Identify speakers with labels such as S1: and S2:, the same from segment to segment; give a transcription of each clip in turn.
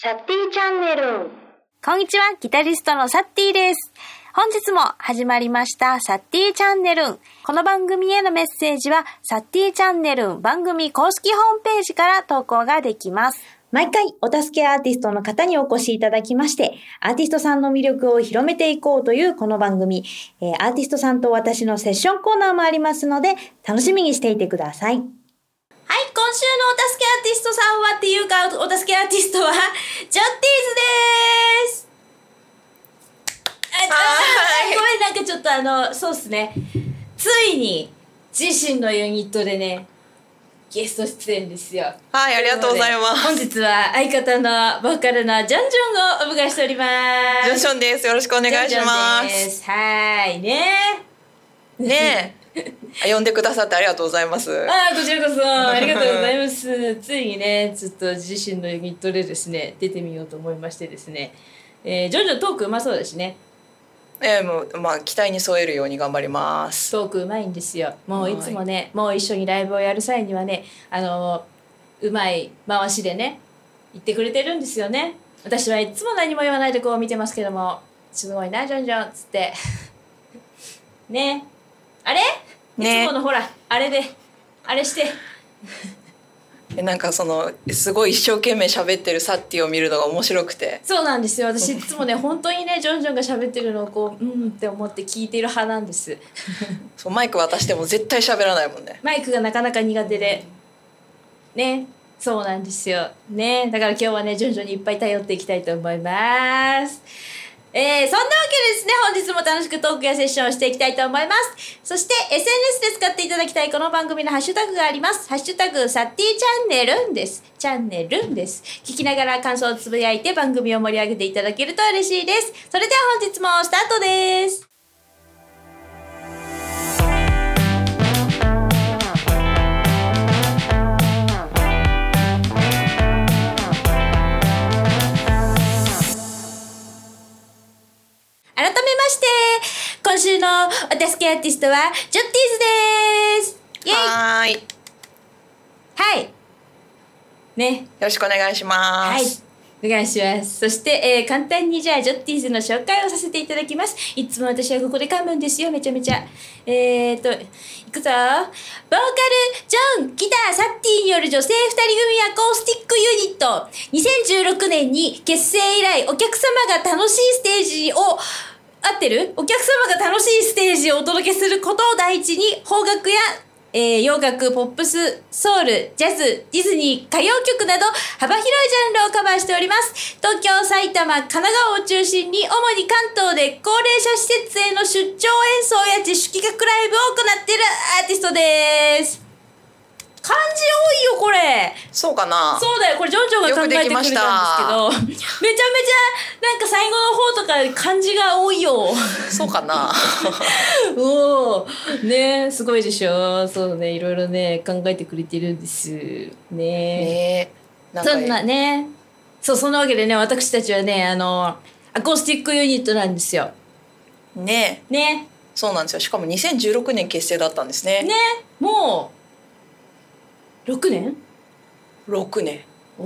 S1: サッティチャンネル。
S2: こんにちは、ギタリストのサッティです。本日も始まりましたサッティチャンネル。この番組へのメッセージはサッティチャンネル番組公式ホームページから投稿ができます。
S3: 毎回お助けアーティストの方にお越しいただきまして、アーティストさんの魅力を広めていこうというこの番組、アーティストさんと私のセッションコーナーもありますので、楽しみにしていてください。
S4: はい、今週のお助けアーティストさんはっていうか、お助けアーティストはジョッティーズです。ごめん、なんかちょっとそうっすね、ついに自身のユニットでねゲスト出演ですよ。
S5: はい、ありがとうございます。
S4: 本日は相方のボーカルのジョンジョンをお迎えしております。
S5: ジョンションです。よろしくお願いします。
S4: はいね
S5: 呼んでくださってありがとうございます。
S4: こちらこそありがとうございます。ついにね、ちょっと自身のユニットでですね出てみようと思いましてですね、ジョンジョントークうまそうだしね。
S5: もう期待に添えるように頑張ります。
S4: トークうまいんですよ。もういつもね、もう一緒にライブをやる際にはね、うまい回しでね言ってくれてるんですよね。私はいつも何も言わないでこう見てますけども、すごいなジョンジョンっつってね、あれ、ね、いつものほらあれであれして
S5: なんかすごい一生懸命喋ってるサッティを見るのが面白くて。
S4: そうなんですよ。私いつもね本当にねジョンジョンが喋ってるのをこうって思って聞いてる派なんです
S5: そうマイク渡しても絶対喋らないもんね。
S4: マイクがなかなか苦手でね、そうなんですよね。だから今日はねジョンジョンにいっぱい頼っていきたいと思います。そんなわけでですね、本日も楽しくトークやセッションをしていきたいと思います。そして SNS で使っていただきたいこの番組のハッシュタグがあります。ハッシュタグサッティチャンネルンです。チャンネルンです。聞きながら感想をつぶやいて番組を盛り上げていただけると嬉しいです。それでは本日もスタートです。改めまして今週のお助けアーティストはジョッティーズです。イエイ。はいね、
S5: よろしくお願いします。
S4: はい、お願いします。そして、簡単にじゃあジョッティーズの紹介をさせていただきます。いつも私はここで噛むんですよ、めちゃめちゃ。いくぞ。ボーカルジョン、ギターサッティによる女性2人組アコースティックユニット。2016年に結成以来、お客様が楽しいステージを合ってる？お客様が楽しいステージをお届けすることを第一に、邦楽や洋楽、ポップス、ソウル、ジャズ、ディズニー、歌謡曲など幅広いジャンルをカバーしております。東京、埼玉、神奈川を中心に主に関東で高齢者施設への出張演奏や自主企画ライブを行っているアーティストです。漢字多いよこれ。
S5: そうかな。
S4: そうだよ、これジョンジョンが考えてくれたんですけど、めちゃめちゃなんか最後の方とか漢字が多いよ。
S5: そうかな。
S4: おーね、すごいでしょ。そうね、いろいろね考えてくれてるんですね。そんなね、そんなわけでね、私たちはねアコースティックユニットなんですよ。ね。
S5: そうなんですよ。しかも2016年結成だったんですね。
S4: もう6年
S5: ？6年。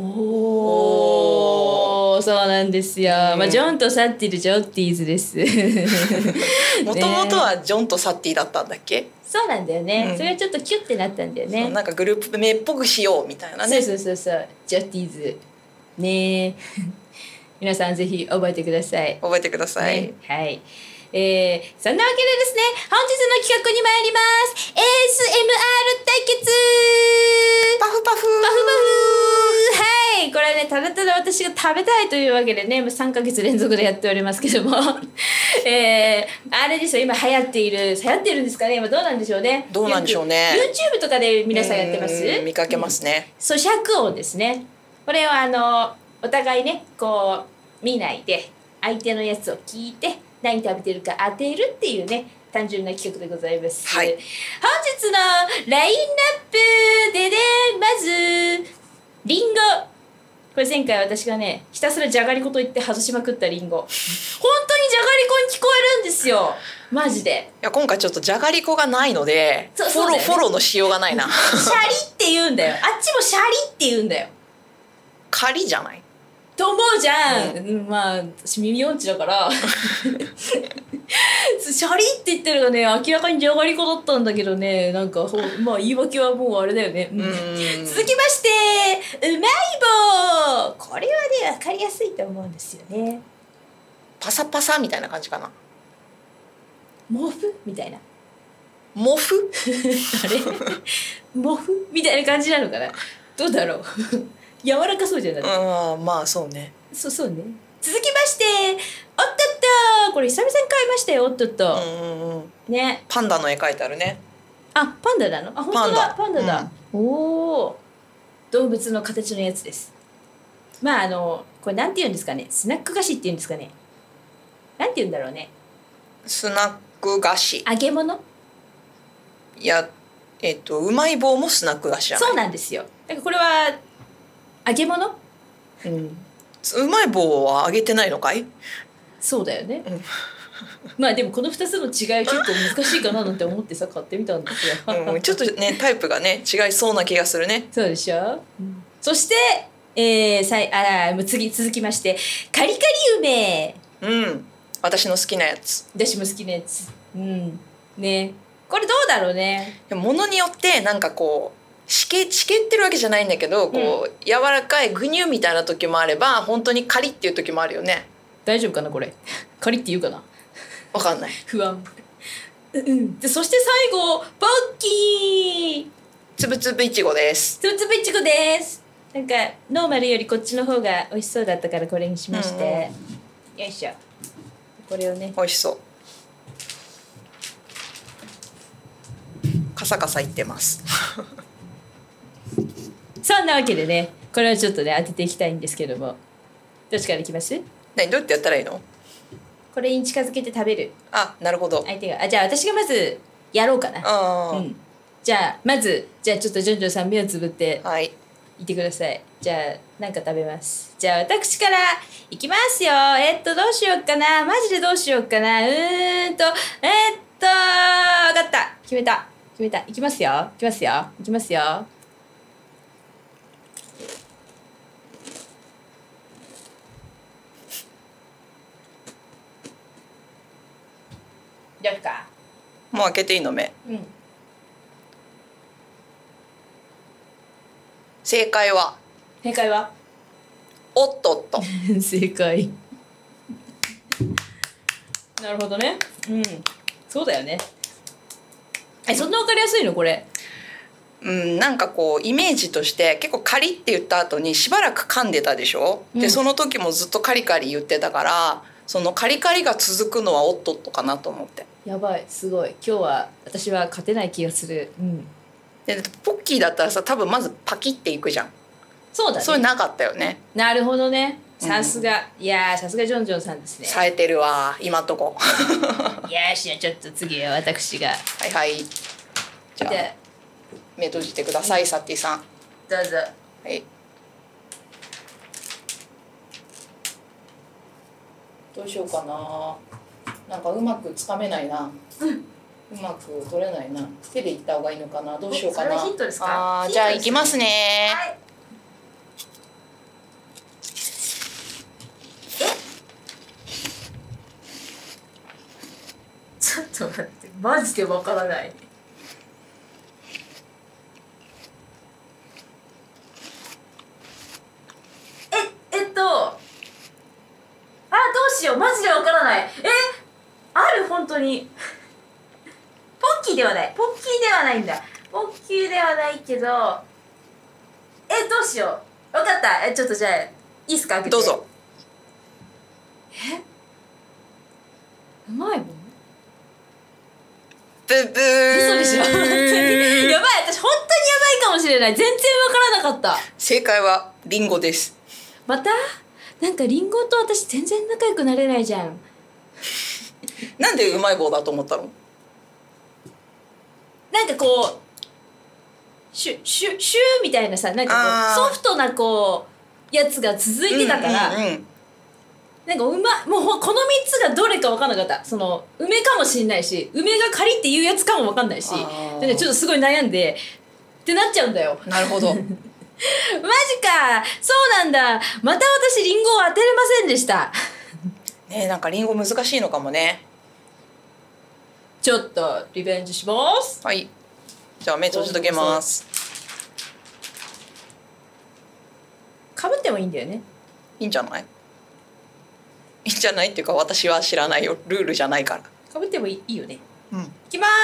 S4: おー、そうなんですよ。ジョンとサッティでジョッティーズです。
S5: もともとはジョンとサッティだったんだっけ？
S4: そうなんだよね。それはちょっとキュッてなったんだよね。
S5: なんかグループ名っぽくしようみたいなね。
S4: そう、ジョッティーズね。皆さんぜひ覚えてください。
S5: 覚えてください。
S4: はい。そんなわけでですね、本日の企画に参ります。 ASMR 対決。
S5: パフパフ
S4: はい、これはね、ただただ私が食べたいというわけでね、3ヶ月連続でやっておりますけどもあれですよ、今流行ってるんですかね。今どうなんでしょうね。
S5: どうなんでしょうね。
S4: YouTube とかで皆さんやってます？
S5: 見かけますね。
S4: 咀嚼音ですね。これをお互いねこう見ないで相手のやつを聞いて何食べてるか当てるっていうね単純な企画でございます。
S5: はい、
S4: 本日のラインナップでね、まずリンゴ。これ前回私がねひたすらじゃがりこと言って外しまくったリンゴ。本当にじゃがりこに聞こえるんですよ、マジで。
S5: いや今回ちょっとじゃがりこがないので、フォローのしようがないな。
S4: シャリって言うんだよ。あっちもシャリって言うんだよ。
S5: カリじゃない？
S4: と思うじゃん、まあ私耳音痴だからシャリって言ってるがね明らかにじゃがりこだったんだけどね、なんかまあ言い訳はもうあれだよね、続きましてうまい棒、これはね分かりやすいと思うんですよね。
S5: パサパサみたいな感じかな。
S4: 毛布みたいな
S5: モフ
S4: あれ毛布みたいな感じなのかな、どうだろう柔らかそうじゃない、
S5: まあそうね。
S4: そうね。続きましておっとっと、これ久々に買いましたよ、おっとっと、ね。
S5: パンダの絵描いてあるね。
S4: あ、パンダなの？あ、本当だ、パンダだ、おお、動物の形のやつです。まあこれなんて言うんですかね、スナック菓子って言うんですかね、なんて言うんだろうね。
S5: スナック菓子。
S4: 揚げ物？
S5: いや、うまい棒もスナック菓子じゃない。
S4: そうなんですよ。だからこれは揚げ物？
S5: うまい棒は揚げてないのかい？
S4: そうだよね。まあでもこの2つの違い結構難しいかななんて思ってさ買ってみたんですよ。
S5: ちょっとねタイプがね違いそうな気がするね。
S4: そうでしょ。そして続きましてカリカリ梅。
S5: 私の好きなやつ。
S4: 私も好きなやつ。ね、これどうだろうね。
S5: ものによってなんかこうしけってるわけじゃないんだけど、こう柔らかいグニュみたいな時もあれば本当にカリっていう時もあるよね。
S4: 大丈夫かなこれ。カリって言うかな。
S5: わかんない。
S4: 不安。でそして最後ポッキー。
S5: つぶつぶいちごです。
S4: つぶつぶいちごです。なんかノーマルよりこっちの方が美味しそうだったからこれにしまして、よいしょ。これをね。
S5: 美味しそう。カサカサいってます
S4: そんなわけでね、これをちょっとね当てていきたいんですけども、どっちからいきます？
S5: どうやってやったらいいの？
S4: これに近づけて食べる。
S5: なるほど。
S4: 相手がじゃあ私がまずやろうかな。じゃあまずちょっとジョンジョンさん目をつぶっていてください。じゃあなんか食べます。じゃあ私からいきますよ。どうしようかな、マジでどうしようかな。分かった、決めた。いきますよ。どうか。
S5: もう開けていいの目。正解はおっとっと
S4: 正解なるほどね。そうだよね。そんな分かりやすいのこれ？
S5: なんかこうイメージとして結構カリって言った後にしばらく噛んでたでしょ、でその時もずっとカリカリ言ってたから、そのカリカリが続くのはおっとっとかなと思って。
S4: やばい、すごい、今日は私は勝てない気がする。
S5: でポッキーだったらさ、多分まずパキっていくじゃん。
S4: そうだね。
S5: それなかったよね。
S4: なるほどね。さすが、いやさすがジョンジョンさんですね。
S5: 冴えてるわ今んとこ
S4: よし、ちょっと次は私が。
S5: はいじゃあ目閉じてください、サッティさん。
S4: どうぞ。
S5: はい。どうしようかな。なんかうまくつかめないな。うまく取れないな。手でいった方がいいのかな。どうしようかな。
S4: それはヒントですか？
S5: じゃあいきますね。
S4: はい。ちょっと待って、マジでわからない。どうしよう、マジでわからない。ある、本当に。ポッキーではないんだ。ポッキーではないけど、どうしよう。わかった。ちょっとじゃあいいっすか、開けて。
S5: どうぞ。
S4: うまいもん。
S5: ブブー。
S4: 嘘でしょ。本当にやばい、私本当にやばいかもしれない。全然わからなかった。
S5: 正解はリンゴです。
S4: またなんかリンゴと私全然仲良くなれないじゃん。
S5: なんでうまい棒だと思ったの？
S4: なんかこうシューみたいなさ、なんかこうソフトなこうやつが続いてたから、なんかもうこの3つがどれか分かんなかった。その梅かもしんないし、梅がカリっていうやつかも分かんないし、でちょっとすごい悩んでってなっちゃうんだよ。
S5: なるほど。
S4: ジか。そうなんだ。また私リンゴを当てれませんでした。
S5: ねえ、なんかリンゴ難しいのかもね。
S4: ちょっとリベンジします。
S5: はい。じゃあ目閉じとけます。
S4: かぶってもいいんだよね。
S5: いいんじゃない？いいんじゃないっていうか私は知らないよ。ルールじゃないから。
S4: かぶってもいいよね。
S5: うん。
S4: いきます。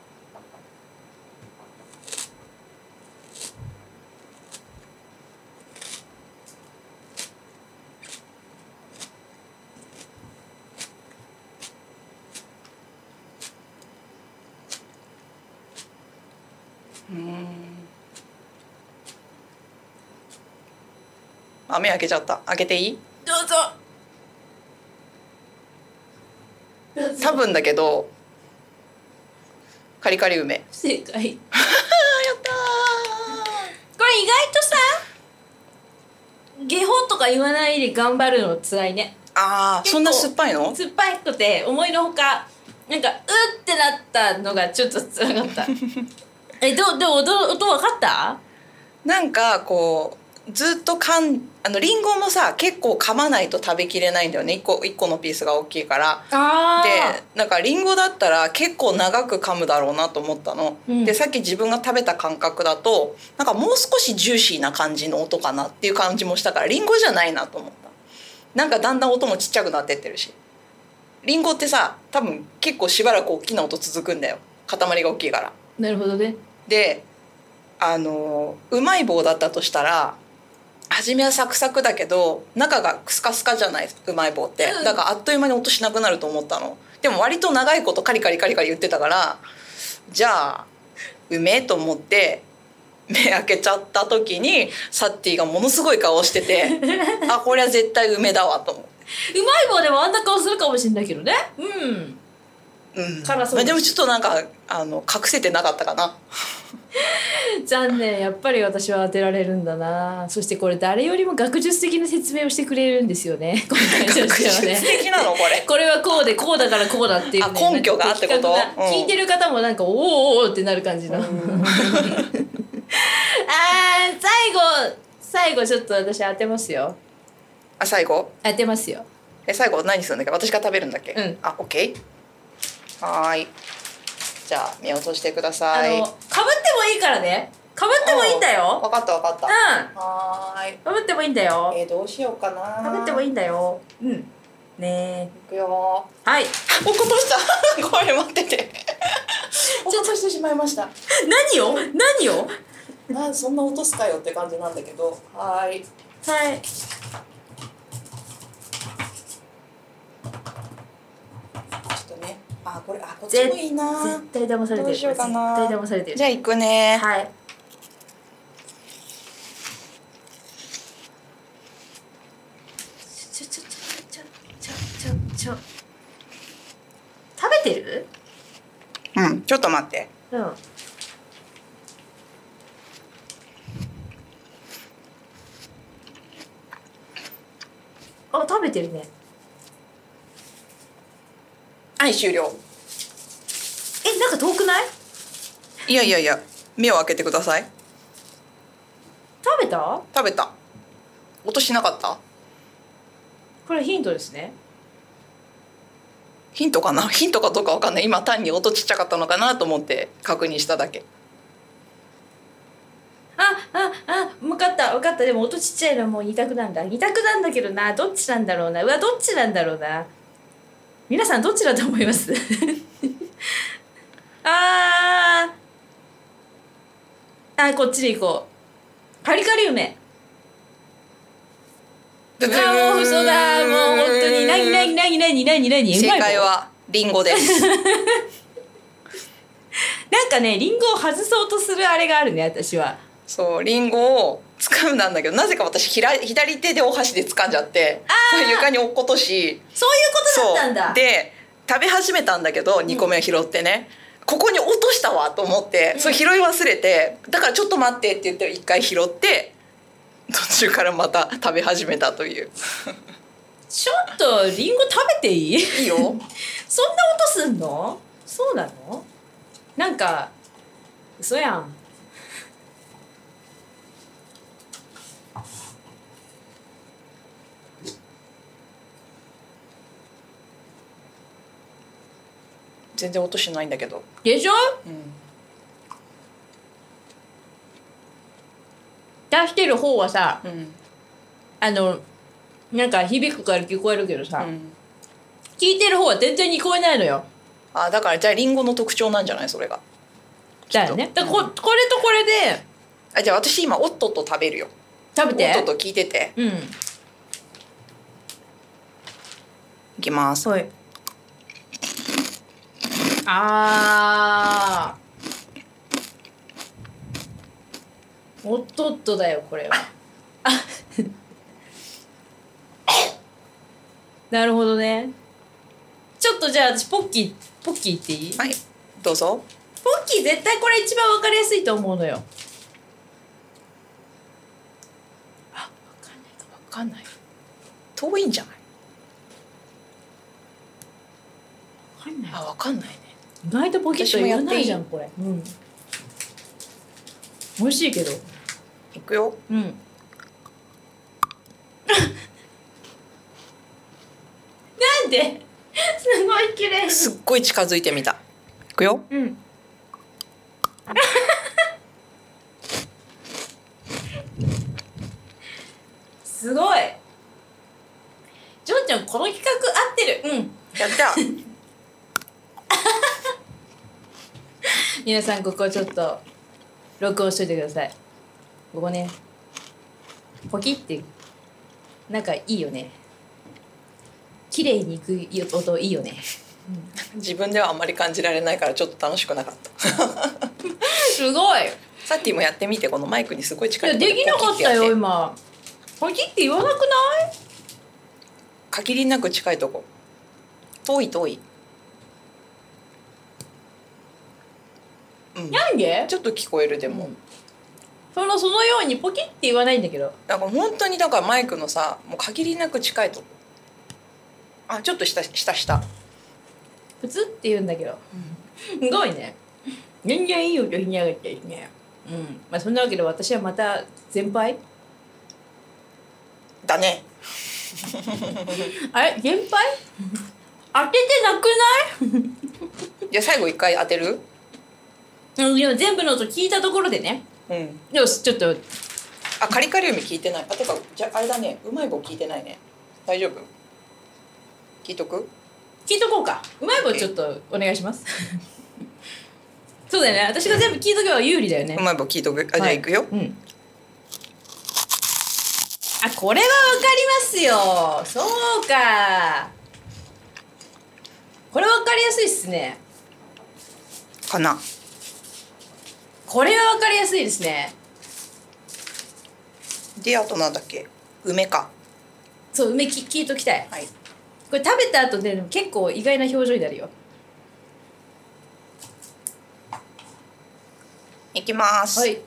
S5: あ、目開けちゃった。開けていい？
S4: どうぞ。
S5: 多分だけどカリカリ梅。
S4: 正解。
S5: やったー。
S4: これ意外とさ、下法とか言わないで頑張るの辛いね。
S5: ああ、そんな酸っぱいの？
S4: 酸っぱくて思いのほかなんかうってなったのがちょっと辛かった。でも音分かった？
S5: なんかこうずっとリンゴもさ結構噛まないと食べきれないんだよね。一個のピースが大きいから。でなんかリンゴだったら結構長く噛むだろうなと思ったの、でさっき自分が食べた感覚だとなんかもう少しジューシーな感じの音かなっていう感じもしたからリンゴじゃないなと思った。なんかだんだん音もちっちゃくなってってるし、リンゴってさ多分結構しばらく大きな音続くんだよ、塊が大きいから。
S4: なるほどね。
S5: でうまい棒だったとしたら初めはサクサクだけど中がスカスカじゃない、うまい棒って。だからあっという間に音しなくなると思ったの。でも割と長いことカリカリカリカリ言ってたから、じゃあうめえと思って目開けちゃった時にサッティがものすごい顔しててあ、これは絶対梅だわと思って。
S4: うまい棒でもあんな顔するかもしれないけどね。辛そう。
S5: でもちょっとなんか隠せてなかったかな。
S4: 残念。やっぱり私は当てられるんだな。そしてこれ誰よりも学術的な説明をしてくれるんですよね。今回としてはね。
S5: 学術的なのこれ。
S4: これはこうでこうだからこうだっていう、ね、
S5: 根拠があってこと？
S4: 聞いてる方もなんかおーおーってなる感じの。最後ちょっと私当てますよ。
S5: あ、最後？
S4: 当てますよ。
S5: 最後何するんだっけ？私が食べるんだっけ？あ、オッケー。はい。じゃあ目を閉じてください。
S4: かぶってもいいからね。かぶってもいいんだよ。
S5: 分かった分かった。
S4: はーい。かぶってもいいんだよ。
S5: どうしようかな。
S4: かぶってもいいんだよ。ね
S5: いくよ。
S4: はい。
S5: 落っことした。ごめん待ってて。落っことしてしまいました。
S4: 何を？
S5: そんな落とすかよって感じなんだけど。はい。
S4: はい。
S5: これこっちもいいな。
S4: 絶対騙されてる。
S5: どうしようかな。
S4: 絶対騙されてる。
S5: じゃあ行くね。
S4: はい。ちょ食べてる？
S5: ちょっと待って。
S4: 食べてるね。
S5: はい、終了。
S4: なんか遠くない？
S5: いや目を開けてください。
S4: 食べた？
S5: 食べた。音しなかった？
S4: これヒントですね。
S5: ヒントかな？ヒントかどうかわかんない。今単に音ちっちゃかったのかなと思って確認しただけ。
S4: 分かった。でも音ちっちゃいのはもう二択なんだけどな。どっちなんだろうな。どっちなんだろうな。皆さんどっちだと思います？こっちで行こう。カリカリ梅。もう嘘だ。もう本当に何？
S5: 正解はリンゴです。
S4: なんかね、リンゴを外そうとするあれがあるね、私は。
S5: そう、リンゴを掴んだんだけど、なぜか私左手でお箸で掴んじゃって床に落っことし。
S4: そういうことだったんだ。
S5: で食べ始めたんだけど2個目を拾ってね、ここに落としたわと思って、それ拾い忘れて、だからちょっと待ってって言って1回拾って途中からまた食べ始めたという。
S4: ちょっとリンゴ食べていい？
S5: いいよ。
S4: そんな音すんの？そうなの？なんか嘘やん。
S5: 全然音しないんだけど。
S4: でしょ？
S5: うん
S4: 出してる方はさ、
S5: うん
S4: なんか響くから聞こえるけどさ、
S5: うん
S4: 聞いてる方は全然聞こえないのよ。
S5: あ、だからじゃあリンゴの特徴なんじゃないそれが。
S4: だよね。だからこれとこれで
S5: あ、じゃあ私今おっとっと食べるよ。
S4: 食べて。
S5: おっとっと聞いてて。
S4: うん。
S5: いきます。
S4: はい。あー。おっとっとだよこれは。なるほどね。ちょっとじゃあ私ポッキー言っていい？
S5: はい、どうぞ。
S4: ポッキー絶対これ一番わかりやすいと思うのよ。あ、わかんない。
S5: 遠いんじゃない？
S4: わかんない。
S5: あ、わかんないね。
S4: 意外とポキッと言わないじゃんこれ。うん。美味しいけど。
S5: いくよ。
S4: うん。なんで？すごい綺麗。
S5: すっごい近づいてみた。いくよ。
S4: うん。すごい。ジョンちゃんこの企画合ってる。うん。
S5: やった。
S4: 皆さんここちょっと録音しといてください。ここね。ポキってなんかいいよね。綺麗にいく音いいよね。
S5: 自分ではあんまり感じられないからちょっと楽しくなかった。
S4: すごい。
S5: さっきもやってみて、このマイクにすごい近
S4: いや
S5: いとこ
S4: できなかったよ
S5: ポキってやって。
S4: 今。ポキって言わなくない？
S5: 限りなく近いとこ。遠い。うん。
S4: なんで？
S5: ちょっと聞こえるでも。
S4: そのようにポキって言わないんだけど。
S5: だから本当にだからマイクのさ、もう限りなく近いとこ。あ、ちょっと下。
S4: プツって言うんだけど。すごいね。全然いい音しにやがってですね。うん。まあそんなわけで私はまた先輩？
S5: だね。
S4: あれ先輩？当ててなくない？
S5: じゃあ最後一回当てる？
S4: うんでも全部の音聞いたところでね。
S5: うん。
S4: よしちょっと
S5: あ、カリカリ梅聞いてない。あ、てかじゃああれだね。うまい棒聞いてないね。大丈夫？聞いとく？
S4: 聞いとこうか。うまい棒ちょっとお願いします。そうだよね。私が全部聞いとけば有利だよね
S5: う。まい棒聞いとく。あ、じゃあいくよ。
S4: うん。あ、これはわかりますよ。そうか。これわかりやすいっすね。
S5: かな。
S4: これはわかりやすいですね。
S5: で、あとなんだっけ？梅か。
S4: そう、梅聞いときたい。
S5: はい。
S4: これ食べた後で結構意外な表情になるよ。
S5: いきます。
S4: はい。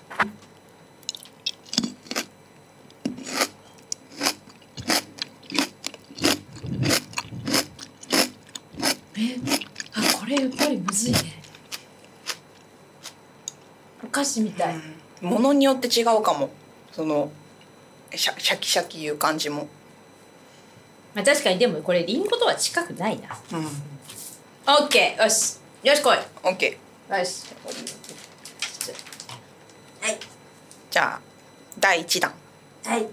S4: あ、これやっぱりむずいね。お菓子みたい。
S5: うん。ものによって違うかも。そのシャキシャキいう感じも。
S4: まあ確かにでもこれリンゴとは近くないな。
S5: うん。
S4: オッケー、よし。よし来い。
S5: オッケー。
S4: よし。はい。
S5: じゃあ第一弾。
S4: はい。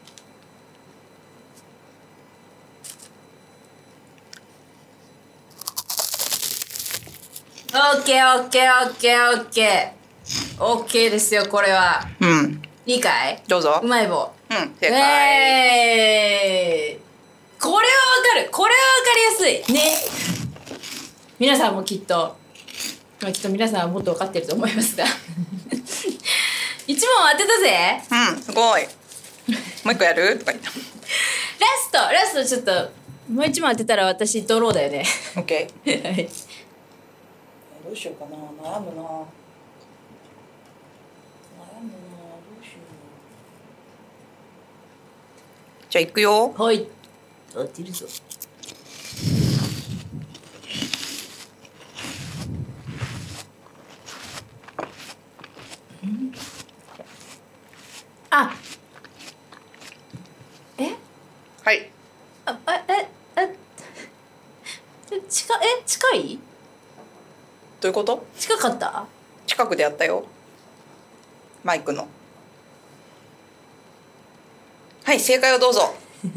S4: オッケーオッケーオッケーオッケー。オッケーですよこれは。
S5: うん。
S4: 理解？
S5: どうぞ。
S4: うまい棒。
S5: うん。正解。
S4: これはわかる。これはわかりやすい。ね。皆さんもきっと、まあ、きっと皆さんはもっとわかってると思いますが。一問当てたぜ。
S5: うん。すごい。もう一個やる？とか言った。
S4: ラストちょっともう一問当てたら私ドローだよね。
S5: オッケー。
S4: はい。
S5: どうしようかな。悩むな。どうしよう。じゃあ行くよ。
S4: はい。当てるぞ。あ。え？
S5: はい。
S4: 近い？
S5: どういうこと？
S4: 近かった？
S5: 近くでやったよ、マイクの。はい、正解をどうぞ。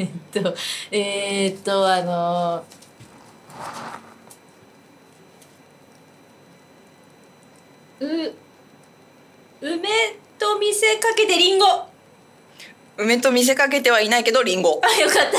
S4: 梅と見せかけてリンゴ。
S5: 梅と見せかけてはいないけどリンゴ。
S4: あ、よかった、当たった。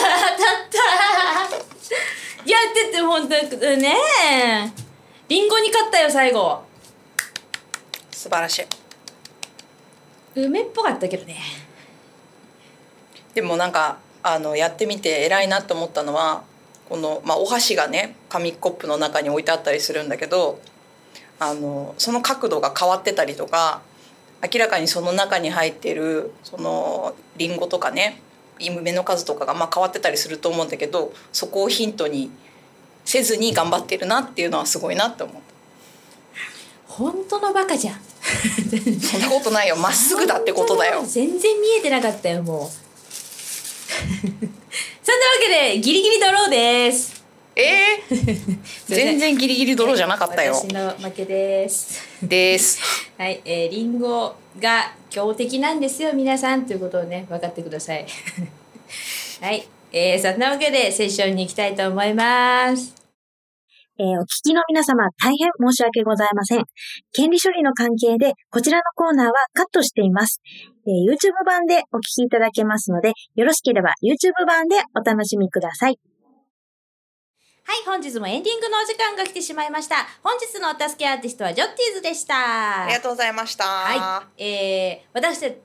S4: いや、だって本当にねえ、リンゴに勝ったよ最後。
S5: 素晴らしい。
S4: 梅っぽかったけどね。
S5: でもなんかやってみて偉いなと思ったのは、この、お箸がね紙コップの中に置いてあったりするんだけど、その角度が変わってたりとか、明らかにその中に入ってるそのリンゴとかね、梅の数とかが変わってたりすると思うんだけど、そこをヒントにせずに頑張ってるなっていうのはすごいなって思った。
S4: 本当のバカじゃん。
S5: そんなことないよ、まっすぐだってことだよ。
S4: 全然見えてなかったよもう。そんなわけでギリギリドローです。
S5: 全然ギリギリドローじゃなかったよ。
S4: 私の負けですはい、リンゴが強敵なんですよ皆さんということをね分かってください。はい、そんなわけでセッションに行きたいと思います。
S3: お聞きの皆様、大変申し訳ございません。権利処理の関係で、こちらのコーナーはカットしています。YouTube 版でお聞きいただけますので、よろしければ YouTube 版でお楽しみください。
S4: はい、本日もエンディングのお時間が来てしまいました。本日のお助けアーティストはジョッティーズでした。
S5: ありがとうございました。
S4: はい、私たち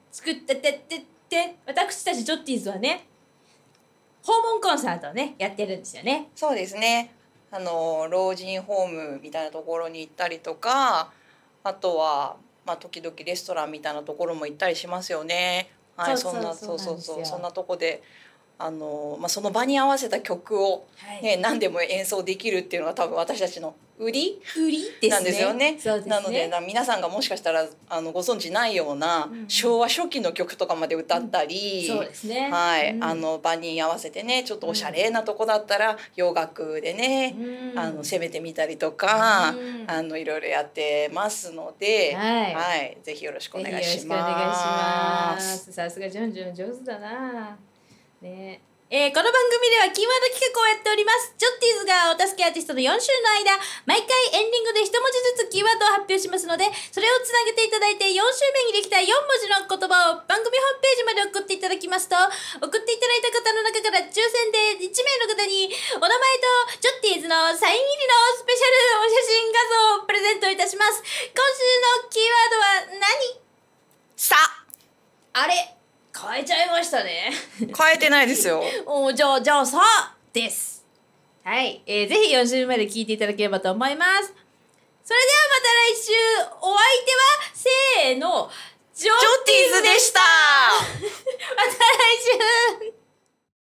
S4: 私たちジョッティーズはね、訪問コンサートをねやってるんですよね。
S5: そうですね。老人ホームみたいなところに行ったりとか、あとは時々レストランみたいなところも行ったりしますよね。はい、そんなとこでその場に合わせた曲を、ね、何でも演奏できるっていうのが多分私たちの売りなんですよね。なので皆さんがもしかしたらご存知ないような、昭和初期の曲とかまで歌ったり、
S4: そうですね、
S5: はい、場に合わせてねちょっとおしゃれなとこだったら洋楽でね、攻めてみたりとか、いろいろやってますので、はい、ぜひよろしくお願いします。
S4: さすがジョンジョン上手だな。ね、この番組ではキーワード企画をやっております。ジョッティーズがお助けアーティストの4週の間、毎回エンディングで一文字ずつキーワードを発表しますので、それをつなげていただいて4週目にできた4文字の言葉を番組ホームページまで送っていただきますと、送っていただいた方の中から抽選で1名の方にお名前とジョッティーズのサイン入りのスペシャルお写真画像をプレゼントいたします。今週のキーワードは何？
S5: さ
S4: あれ変えちゃいましたね。
S5: 変えてないですよ。
S4: じゃあさです。はい、ぜひ4週目で聞いていただければと思います。それではまた来週。